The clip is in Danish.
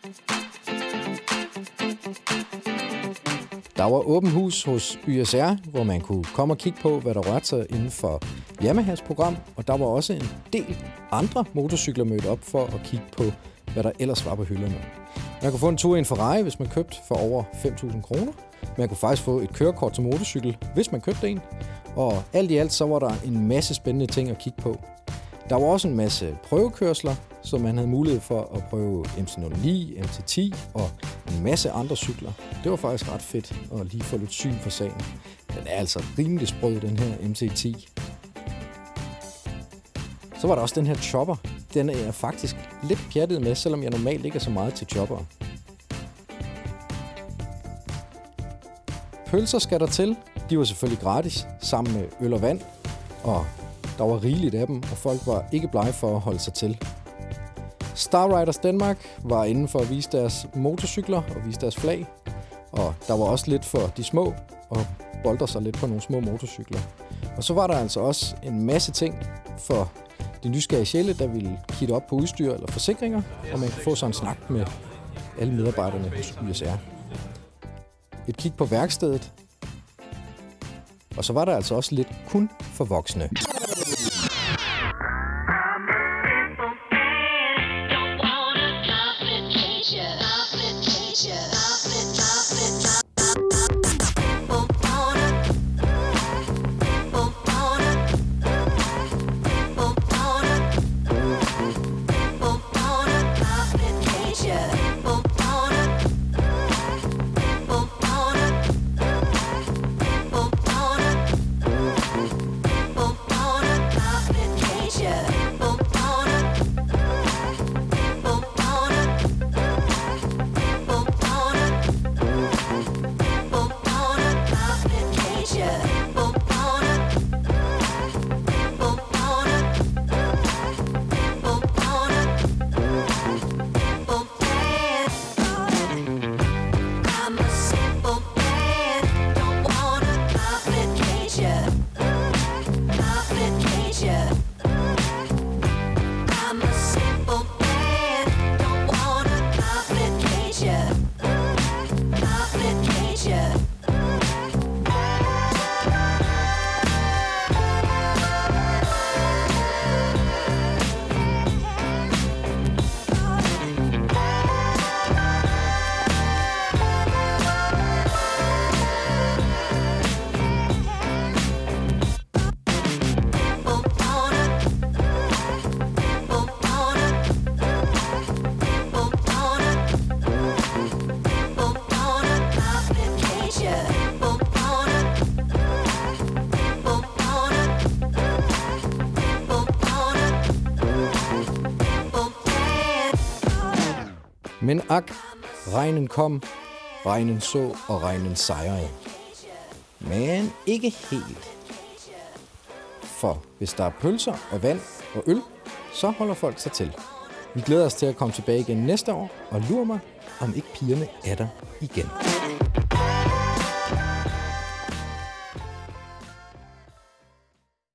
Der var åben hus hos YSR, hvor man kunne komme og kigge på, hvad der rørte sig inden for Yamahas program, og der var også en del andre motorcykler mødt op for at kigge på, hvad der ellers var på hylderne. Man kunne få en tur i en Ferrari, hvis man købte for over 5.000 kroner. Man kunne faktisk få et kørekort til motorcykel, hvis man købte en. Og alt i alt så var der en masse spændende ting at kigge på. Der var også en masse prøvekørsler, så man havde mulighed for at prøve MC09, MT10 og en masse andre cykler. Det var faktisk ret fedt at lige få lidt syn for sagen. Den er altså rimelig sprød, den her MT10. Så var der også den her chopper. Den er jeg faktisk lidt pjattet med, selvom jeg normalt ikke er så meget til chopper. Pølser skal der til. De var selvfølgelig gratis, sammen med øl og vand. Og der var rigeligt af dem, og folk var ikke blege for at holde sig til. Star Riders Danmark var inde for at vise deres motorcykler og vise deres flag. Og der var også lidt for de små, og bolder sig lidt på nogle små motorcykler. Og så var der altså også en masse ting for de nysgerrige sjæle, der ville kigge op på udstyr eller forsikringer, og man kunne få sådan en snak med alle medarbejderne hos YSR. Et kig på værkstedet. Og så var der altså også lidt kun for voksne. Men ak, regnen kom, regnen så og regnen sejrede. Men ikke helt. For hvis der er pølser og vand og øl, så holder folk sig til. Vi glæder os til at komme tilbage igen næste år, og lurer mig, om ikke pigerne er der igen.